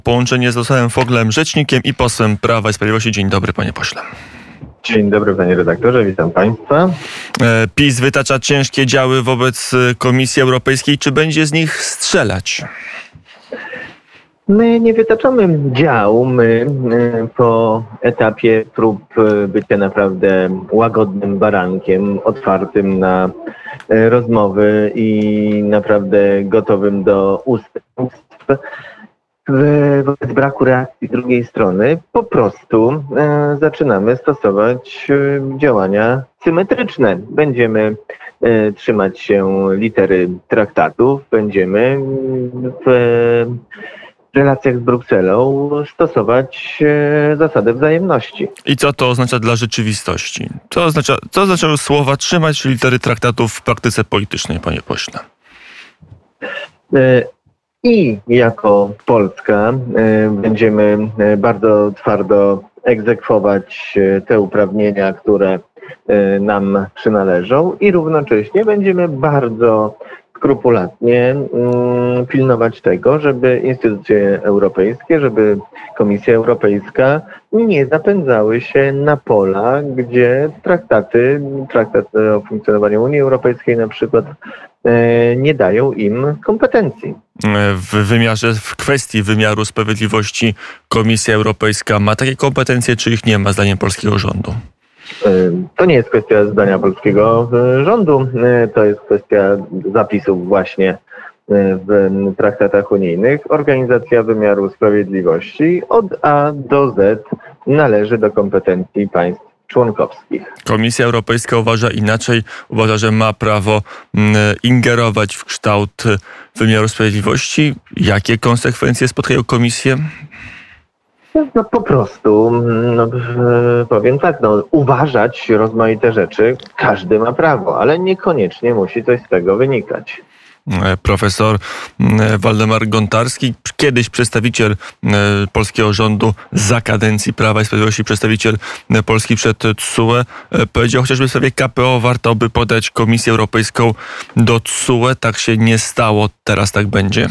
Połączenie z Losem Foglem, rzecznikiem i posłem Prawa i Sprawiedliwości. Dzień dobry, panie pośle. Dzień dobry, panie redaktorze, witam państwa. PiS wytacza ciężkie działy wobec Komisji Europejskiej. Czy będzie z nich strzelać? My nie wytaczamy dział. My po etapie prób bycia naprawdę łagodnym barankiem, otwartym na rozmowy i naprawdę gotowym do ustępstw, wobec braku reakcji drugiej strony po prostu zaczynamy stosować działania symetryczne. Będziemy trzymać się litery traktatów, będziemy w relacjach z Brukselą stosować zasadę wzajemności. I co to oznacza dla rzeczywistości? Co oznaczają słowa trzymać się litery traktatów w praktyce politycznej, panie pośle? I jako Polska będziemy bardzo twardo egzekwować te uprawnienia, które nam przynależą, i równocześnie będziemy bardzo skrupulatnie pilnować tego, żeby instytucje europejskie, żeby Komisja Europejska nie zapędzały się na pola, gdzie traktat o funkcjonowaniu Unii Europejskiej na przykład nie dają im kompetencji. W kwestii wymiaru sprawiedliwości Komisja Europejska ma takie kompetencje, czy ich nie ma, zdaniem polskiego rządu? To nie jest kwestia zdania polskiego rządu, to jest kwestia zapisów właśnie w traktatach unijnych. Organizacja wymiaru sprawiedliwości od A do Z należy do kompetencji państw członkowskich. Komisja Europejska uważa inaczej, uważa, że ma prawo ingerować w kształt wymiaru sprawiedliwości. Jakie konsekwencje spotkają Komisję? No po prostu, powiem tak, uważać rozmaite rzeczy każdy ma prawo, ale niekoniecznie musi coś z tego wynikać. Profesor Waldemar Gontarski, kiedyś przedstawiciel polskiego rządu za kadencji Prawa i Sprawiedliwości, przedstawiciel Polski przed TSUE, powiedział, chociażby w sprawie KPO warto by podać Komisję Europejską do TSUE. Tak się nie stało, teraz tak będzie.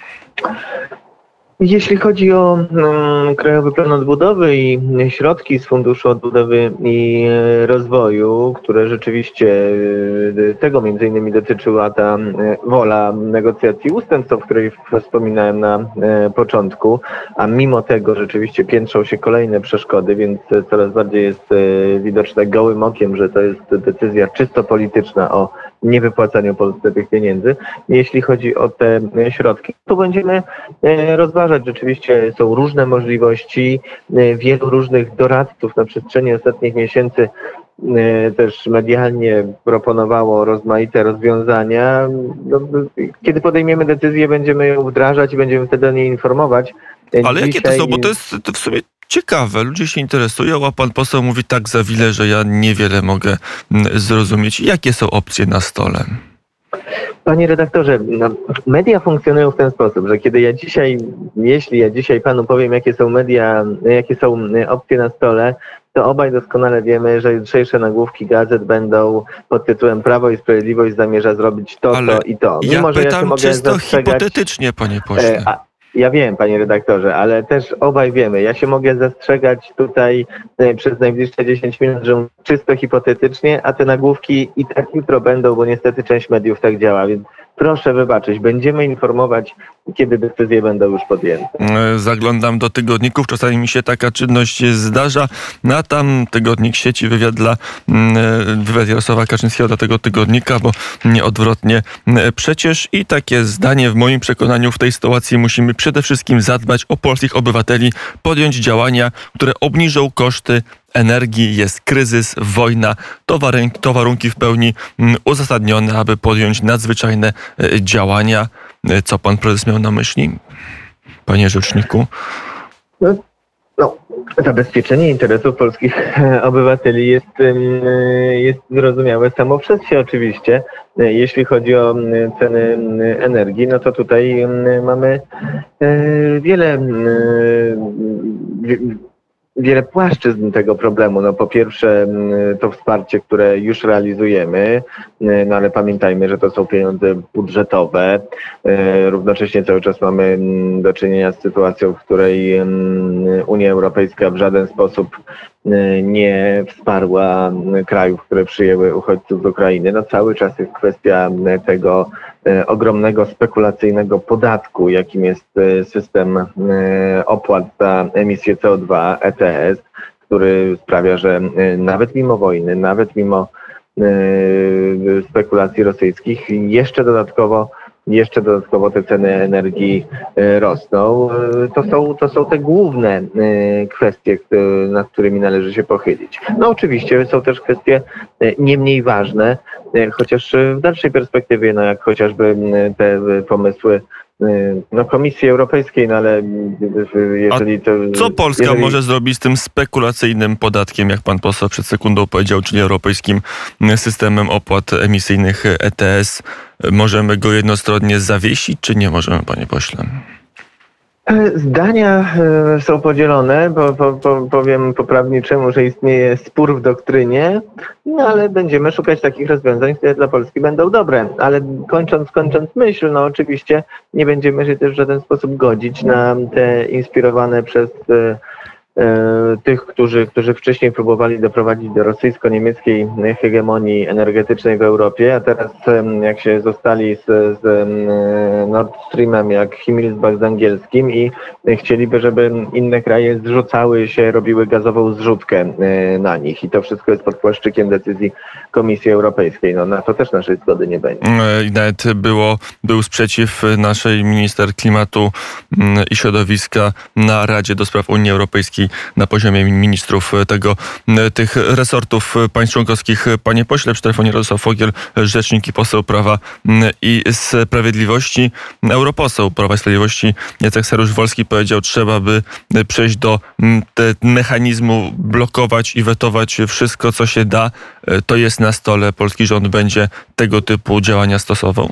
Jeśli chodzi o Krajowy Plan Odbudowy i środki z Funduszu Odbudowy i Rozwoju, które rzeczywiście tego między innymi dotyczyła ta wola negocjacji ustępstw, o której wspominałem na początku, a mimo tego rzeczywiście piętrzą się kolejne przeszkody, więc coraz bardziej jest widoczne gołym okiem, że to jest decyzja czysto polityczna o niewypłacaniu Polsce tych pieniędzy. Jeśli chodzi o te środki, to będziemy rozważać. Rzeczywiście są różne możliwości. Wielu różnych doradców na przestrzeni ostatnich miesięcy też medialnie proponowało rozmaite rozwiązania. Kiedy podejmiemy decyzję, będziemy ją wdrażać i będziemy wtedy o niej informować. Ale jakie to są? Bo to jest w sumie ciekawe. Ludzie się interesują, a pan poseł mówi tak zawile, że ja niewiele mogę zrozumieć. Jakie są opcje na stole? Panie redaktorze, media funkcjonują w ten sposób, że jeśli ja dzisiaj panu powiem, jakie są opcje na stole, to obaj doskonale wiemy, że jutrzejsze nagłówki gazet będą pod tytułem Prawo i Sprawiedliwość zamierza zrobić to, to i to. Mimo, że pytam czysto hipotetycznie, panie pośle. Ja wiem, panie redaktorze, ale też obaj wiemy. Ja się mogę zastrzegać tutaj przez najbliższe 10 minut, że czysto hipotetycznie, a te nagłówki i tak jutro będą, bo niestety część mediów tak działa, więc proszę wybaczyć. Będziemy informować, kiedy decyzje będą już podjęte. Zaglądam do tygodników. Czasami mi się taka czynność zdarza. A tam tygodnik sieci wywiad Jarosława Kaczyńskiego dla tego tygodnika, bo nie odwrotnie przecież. I takie zdanie w moim przekonaniu: w tej sytuacji musimy przede wszystkim zadbać o polskich obywateli, podjąć działania, które obniżą koszty energii. Jest kryzys, wojna, to warunki w pełni uzasadnione, aby podjąć nadzwyczajne działania. Co pan prezes miał na myśli, panie rzeczniku? Zabezpieczenie interesów polskich obywateli jest zrozumiałe samo przez się oczywiście. Jeśli chodzi o ceny energii, no to tutaj mamy wiele płaszczyzn tego problemu. No po pierwsze to wsparcie, które już realizujemy, no ale pamiętajmy, że to są pieniądze budżetowe. Równocześnie cały czas mamy do czynienia z sytuacją, w której Unia Europejska w żaden sposób nie wsparła krajów, które przyjęły uchodźców z Ukrainy. No cały czas jest kwestia tego ogromnego spekulacyjnego podatku, jakim jest system opłat za emisję CO2, ETS, który sprawia, że nawet mimo wojny, nawet mimo spekulacji rosyjskich, jeszcze dodatkowo te ceny energii rosną. To są te główne kwestie, nad którymi należy się pochylić. No oczywiście są też kwestie nie mniej ważne, chociaż w dalszej perspektywie, no jak chociażby te pomysły Komisji Europejskiej, no ale jeżeli to... Co Polska może zrobić z tym spekulacyjnym podatkiem, jak pan poseł przed sekundą powiedział, czyli europejskim systemem opłat emisyjnych ETS? Możemy go jednostronnie zawiesić, czy nie możemy, panie pośle? Zdania są podzielone, powiem poprawnie czemu, że istnieje spór w doktrynie, no ale będziemy szukać takich rozwiązań, które dla Polski będą dobre. Ale kończąc myśl, no oczywiście nie będziemy się też w żaden sposób godzić na te inspirowane przez tych, którzy wcześniej próbowali doprowadzić do rosyjsko-niemieckiej hegemonii energetycznej w Europie, a teraz jak się zostali z Nord Streamem jak Himmelsbach z angielskim i chcieliby, żeby inne kraje zrzucały się, robiły gazową zrzutkę na nich i to wszystko jest pod płaszczykiem decyzji Komisji Europejskiej. No na to też naszej zgody nie będzie. I nawet był sprzeciw naszej minister klimatu i środowiska na Radzie do Spraw Unii Europejskiej na poziomie ministrów tych resortów państw członkowskich. Panie pośle, przy telefonie Radosław Fogiel, rzecznik i poseł Prawa i Sprawiedliwości. Europoseł Prawa i Sprawiedliwości Jacek Saryusz-Wolski powiedział, trzeba by przejść do mechanizmu, blokować i wetować wszystko, co się da. To jest na stole. Polski rząd będzie tego typu działania stosował?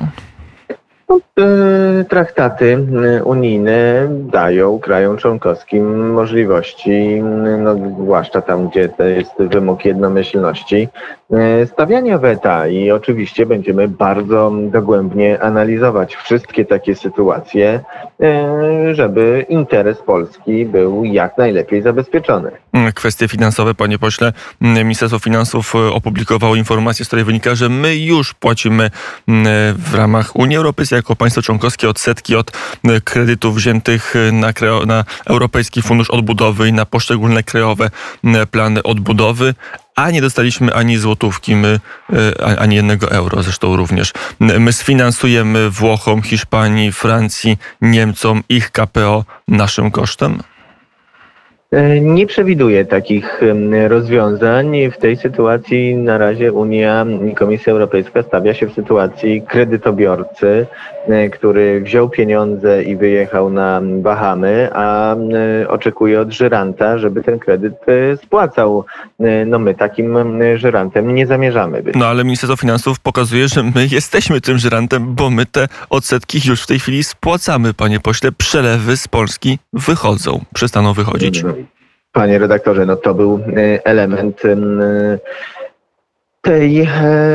Traktaty unijne dają krajom członkowskim możliwości, zwłaszcza tam, gdzie to jest wymóg jednomyślności, stawiania weta i oczywiście będziemy bardzo dogłębnie analizować wszystkie takie sytuacje, żeby interes Polski był jak najlepiej zabezpieczony. Kwestie finansowe, panie pośle. Ministerstwo Finansów opublikowało informację, z której wynika, że my już płacimy w ramach Unii Europejskiej jako państwo członkowskie odsetki od kredytów wziętych na Europejski Fundusz Odbudowy i na poszczególne krajowe plany odbudowy, a nie dostaliśmy ani złotówki, ani 1 euro zresztą również. My sfinansujemy Włochom, Hiszpanii, Francji, Niemcom ich KPO naszym kosztem? Nie przewiduję takich rozwiązań. W tej sytuacji na razie Unia i Komisja Europejska stawia się w sytuacji kredytobiorcy, który wziął pieniądze i wyjechał na Bahamy, a oczekuje od żyranta, żeby ten kredyt spłacał. No my takim żyrantem nie zamierzamy być. No ale Ministerstwo Finansów pokazuje, że my jesteśmy tym żyrantem, bo my te odsetki już w tej chwili spłacamy, panie pośle. Przelewy z Polski wychodzą, przestaną wychodzić. Panie redaktorze, no to był element tej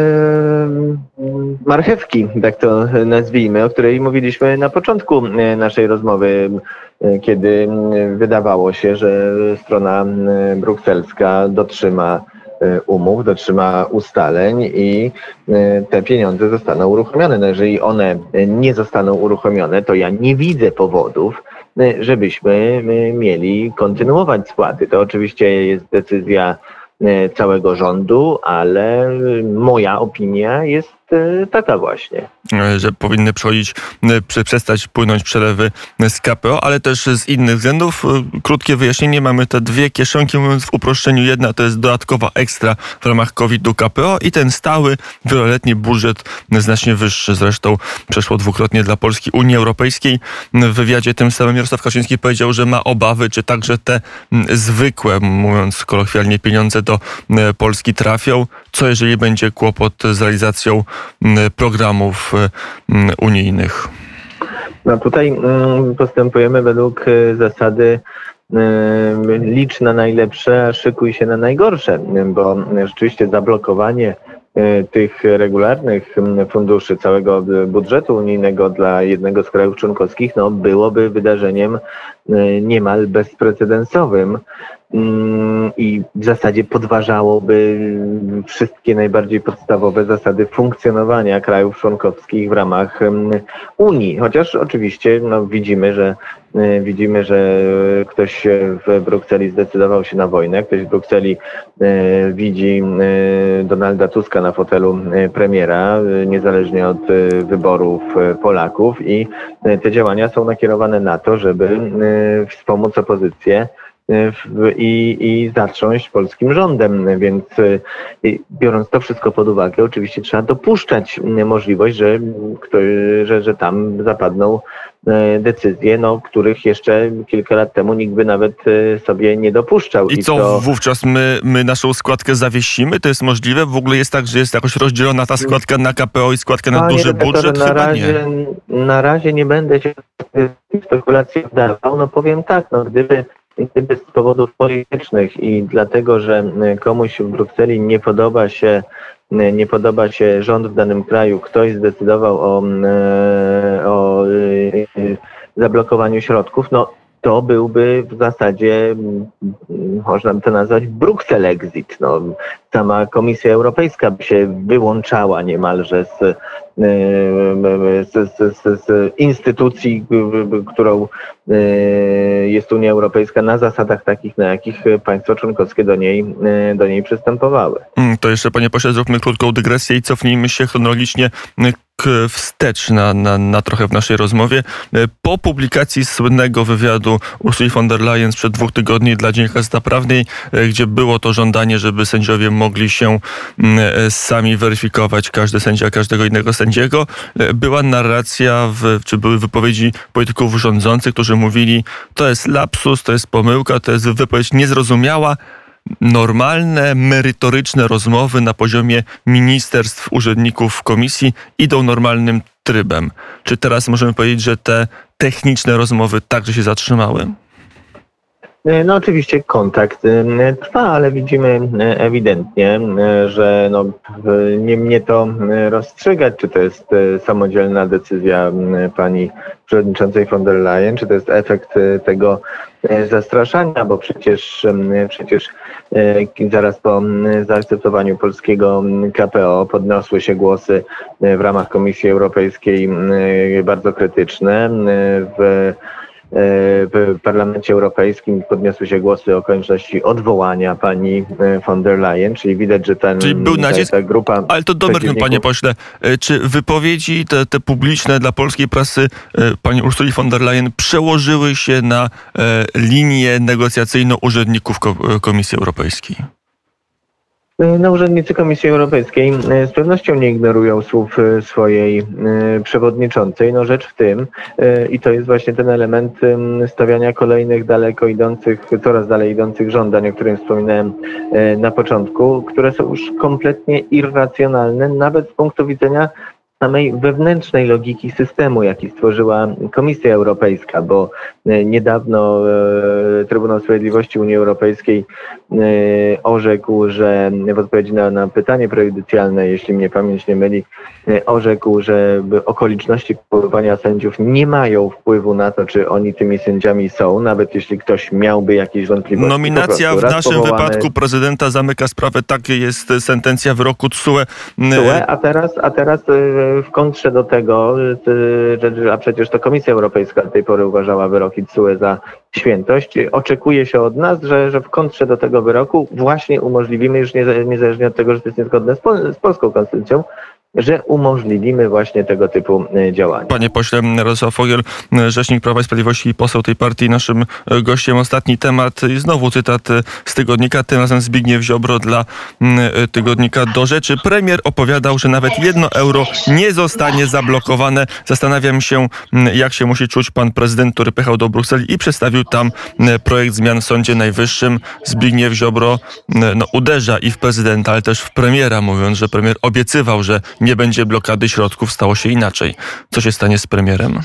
marchewki, tak to nazwijmy, o której mówiliśmy na początku naszej rozmowy, kiedy wydawało się, że strona brukselska dotrzyma umów, dotrzyma ustaleń i te pieniądze zostaną uruchomione. No jeżeli one nie zostaną uruchomione, to ja nie widzę powodów, żebyśmy mieli kontynuować spłaty. To oczywiście jest decyzja całego rządu, ale moja opinia jest taka właśnie. Że powinny przestać płynąć przelewy z KPO, ale też z innych względów. Krótkie wyjaśnienie. Mamy te dwie kieszonki, mówiąc w uproszczeniu. Jedna to jest dodatkowa ekstra w ramach COVID-u KPO i ten stały, wieloletni budżet, znacznie wyższy. Zresztą przeszło dwukrotnie dla Polski Unii Europejskiej. W wywiadzie tym samym Jarosław Kaczyński powiedział, że ma obawy, czy także te zwykłe, mówiąc kolokwialnie, pieniądze do Polski trafią. Co jeżeli będzie kłopot z realizacją programów unijnych? No tutaj postępujemy według zasady licz na najlepsze, a szykuj się na najgorsze, bo rzeczywiście zablokowanie tych regularnych funduszy całego budżetu unijnego dla jednego z krajów członkowskich, no byłoby wydarzeniem niemal bezprecedensowym i w zasadzie podważałoby wszystkie najbardziej podstawowe zasady funkcjonowania krajów członkowskich w ramach Unii. Chociaż oczywiście widzimy, że ktoś w Brukseli zdecydował się na wojnę, ktoś w Brukseli widzi Donalda Tuska na fotelu premiera, niezależnie od wyborów Polaków, i te działania są nakierowane na to, żeby wspomóc opozycję i zatrząść polskim rządem, więc biorąc to wszystko pod uwagę, oczywiście trzeba dopuszczać możliwość, że tam zapadną decyzje, których jeszcze kilka lat temu nikt by nawet sobie nie dopuszczał. I co wówczas my naszą składkę zawiesimy? To jest możliwe? W ogóle jest tak, że jest jakoś rozdzielona ta składka na KPO i składka na duży budżet? Na razie nie będę się w spekulacje wdawał. Powiem tak, gdyby z powodów politycznych i dlatego, że komuś w Brukseli nie podoba się rząd w danym kraju, ktoś zdecydował o zablokowaniu środków, to byłby w zasadzie, można by to nazwać, Brukselexit. Sama Komisja Europejska by się wyłączała niemalże z instytucji, którą jest Unia Europejska, na zasadach takich, na jakich państwa członkowskie do niej przystępowały. To jeszcze, panie pośle, zróbmy krótką dygresję i cofnijmy się chronologicznie wstecz na trochę w naszej rozmowie. Po publikacji słynnego wywiadu Ursuli von der Leyen sprzed 2 tygodni dla Dziennika Gazeta Prawnej, gdzie było to żądanie, żeby sędziowie mogli się sami weryfikować, każdy sędzia każdego innego sędziego, była narracja, czy były wypowiedzi polityków rządzących, którzy mówili, to jest lapsus, to jest pomyłka, to jest wypowiedź niezrozumiała. Normalne, merytoryczne rozmowy na poziomie ministerstw, urzędników w komisji idą normalnym trybem. Czy teraz możemy powiedzieć, że te techniczne rozmowy także się zatrzymały? Oczywiście kontakt trwa, ale widzimy ewidentnie, że nie mnie to rozstrzygać, czy to jest samodzielna decyzja pani przewodniczącej von der Leyen, czy to jest efekt tego zastraszania, bo przecież zaraz po zaakceptowaniu polskiego KPO podniosły się głosy w ramach Komisji Europejskiej bardzo krytyczne. W Parlamencie Europejskim podniosły się głosy o konieczności odwołania pani von der Leyen, czyli widać, że był nacisk, ta grupa... Ale to dobre, panie pośle. Czy wypowiedzi te publiczne dla polskiej prasy pani Ursuli von der Leyen przełożyły się na linię negocjacyjną urzędników Komisji Europejskiej? Urzędnicy Komisji Europejskiej z pewnością nie ignorują słów swojej przewodniczącej. Rzecz w tym, i to jest właśnie ten element stawiania kolejnych coraz dalej idących żądań, o którym wspominałem na początku, które są już kompletnie irracjonalne, nawet z punktu widzenia samej wewnętrznej logiki systemu, jaki stworzyła Komisja Europejska, bo niedawno Trybunał Sprawiedliwości Unii Europejskiej orzekł, że w odpowiedzi na pytanie prejudycjalne, jeśli mnie pamięć nie myli, orzekł, że okoliczności powoływania sędziów nie mają wpływu na to, czy oni tymi sędziami są, nawet jeśli ktoś miałby jakieś wątpliwości. Nominacja w naszym wypadku prezydenta zamyka sprawę, takie jest sentencja wyroku TSUE. A teraz w kontrze do tego, a przecież to Komisja Europejska do tej pory uważała wyroki TSUE za świętość, oczekuje się od nas, że w kontrze do tego wyroku właśnie umożliwimy, już niezależnie od tego, że to jest niezgodne z polską konstytucją, że umożliwimy właśnie tego typu działania. Panie pośle, Radosław Fogiel, rzecznik Prawa i Sprawiedliwości i poseł tej partii, naszym gościem. Ostatni temat i znowu cytat z tygodnika, tym razem Zbigniew Ziobro dla tygodnika Do Rzeczy. Premier opowiadał, że nawet 1 euro nie zostanie zablokowane. Zastanawiam się, jak się musi czuć pan prezydent, który pojechał do Brukseli i przedstawił tam projekt zmian w Sądzie Najwyższym. Zbigniew Ziobro uderza i w prezydenta, ale też w premiera, mówiąc, że premier obiecywał, że nie będzie blokady środków, stało się inaczej. Co się stanie z premierem?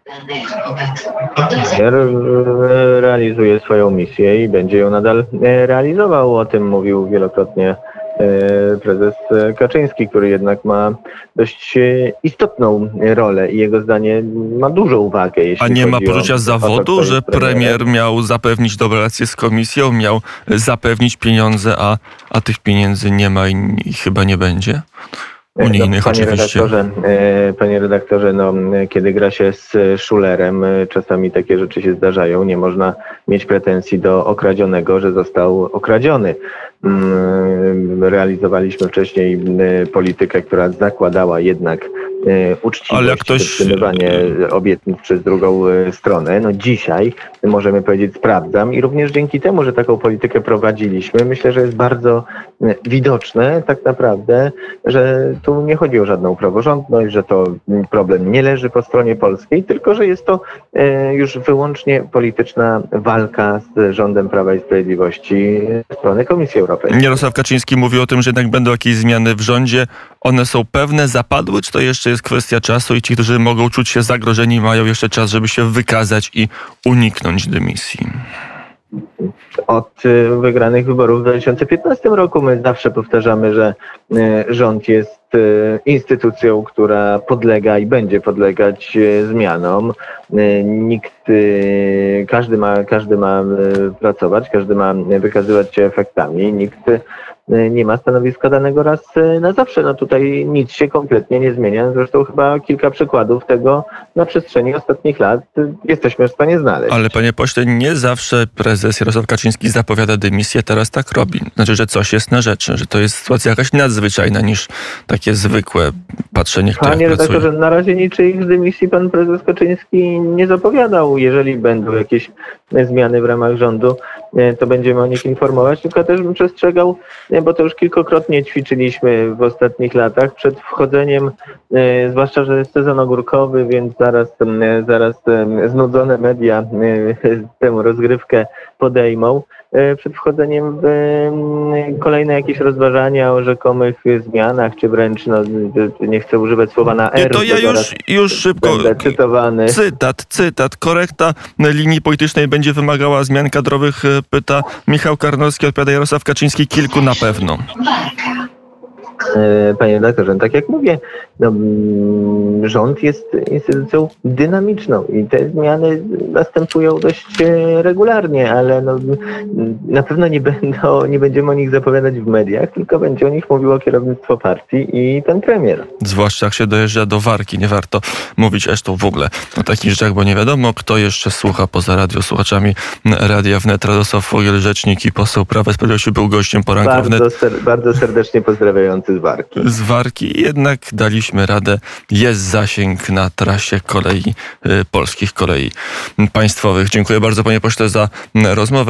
Realizuje swoją misję i będzie ją nadal realizował. O tym mówił wielokrotnie prezes Kaczyński, który jednak ma dość istotną rolę i jego zdanie ma dużą wagę. A nie ma poczucia zawodu, że premier miał zapewnić dobre relacje z komisją, miał zapewnić pieniądze, a tych pieniędzy nie ma i chyba nie będzie? Unijnych oczywiście. Panie redaktorze, kiedy gra się z szulerem, czasami takie rzeczy się zdarzają. Nie można mieć pretensji do okradzionego, że został okradziony. Realizowaliśmy wcześniej politykę, która zakładała jednak uczciwość, dotrzymywanie obietnic przez drugą stronę. Dzisiaj możemy powiedzieć sprawdzam i również dzięki temu, że taką politykę prowadziliśmy, myślę, że jest bardzo widoczne tak naprawdę, że tu nie chodzi o żadną praworządność, że to problem nie leży po stronie polskiej, tylko że jest to już wyłącznie polityczna walka z rządem Prawa i Sprawiedliwości ze strony Komisji Europejskiej. Jarosław Kaczyński mówi o tym, że jednak będą jakieś zmiany w rządzie. One są pewne, zapadły, czy to jeszcze jest kwestia czasu i ci, którzy mogą czuć się zagrożeni, mają jeszcze czas, żeby się wykazać i uniknąć dymisji? Od wygranych wyborów w 2015 roku my zawsze powtarzamy, że rząd jest instytucją, która podlega i będzie podlegać zmianom. Każdy ma pracować, każdy ma wykazywać się efektami. Nikt nie ma stanowiska danego raz na zawsze. Tutaj nic się kompletnie nie zmienia. Zresztą chyba kilka przykładów tego na przestrzeni ostatnich lat jesteśmy w stanie znaleźć. Ale panie pośle, nie zawsze prezes Jarosław Kaczyński zapowiada dymisję, teraz tak robi. Znaczy, że coś jest na rzeczy, że to jest sytuacja jakaś nadzwyczajna niż takie zwykłe patrzenie, kto Panie jak pracuje. redaktorze, na razie niczyich dymisji pan prezes Kaczyński nie zapowiadał. Jeżeli będą jakieś zmiany w ramach rządu, to będziemy o nich informować. Tylko też bym przestrzegał, bo to już kilkakrotnie ćwiczyliśmy w ostatnich latach przed wchodzeniem, zwłaszcza, że jest sezon ogórkowy, więc zaraz znudzone media tę rozgrywkę podejmą. Przed wchodzeniem w kolejne jakieś rozważania o rzekomych zmianach, czy wręcz, nie chcę używać słowa na R. To ja już szybko. Będę cytowany. Cytat. Korekta linii politycznej będzie wymagała zmian kadrowych, pyta Michał Karnowski, odpowiada Jarosław Kaczyński, kilku na pewno. Panie redaktorze, tak jak mówię, rząd jest instytucją dynamiczną i te zmiany następują dość regularnie, ale na pewno nie będziemy o nich zapowiadać w mediach, tylko będzie o nich mówiło kierownictwo partii i pan premier. Zwłaszcza jak się dojeżdża do Warki, nie warto mówić zresztą w ogóle o takich rzeczach, bo nie wiadomo, kto jeszcze słucha poza słuchaczami Radia Wnet. Radosław Fogiel, rzecznik i poseł Prawa i Sprawiedliwości, był gościem poranka Wnet. Bardzo serdecznie pozdrawiający z Warki. Z Warki jednak daliśmy radę. Jest zasięg na trasie kolei, polskich kolei państwowych. Dziękuję bardzo, panie pośle, za rozmowę.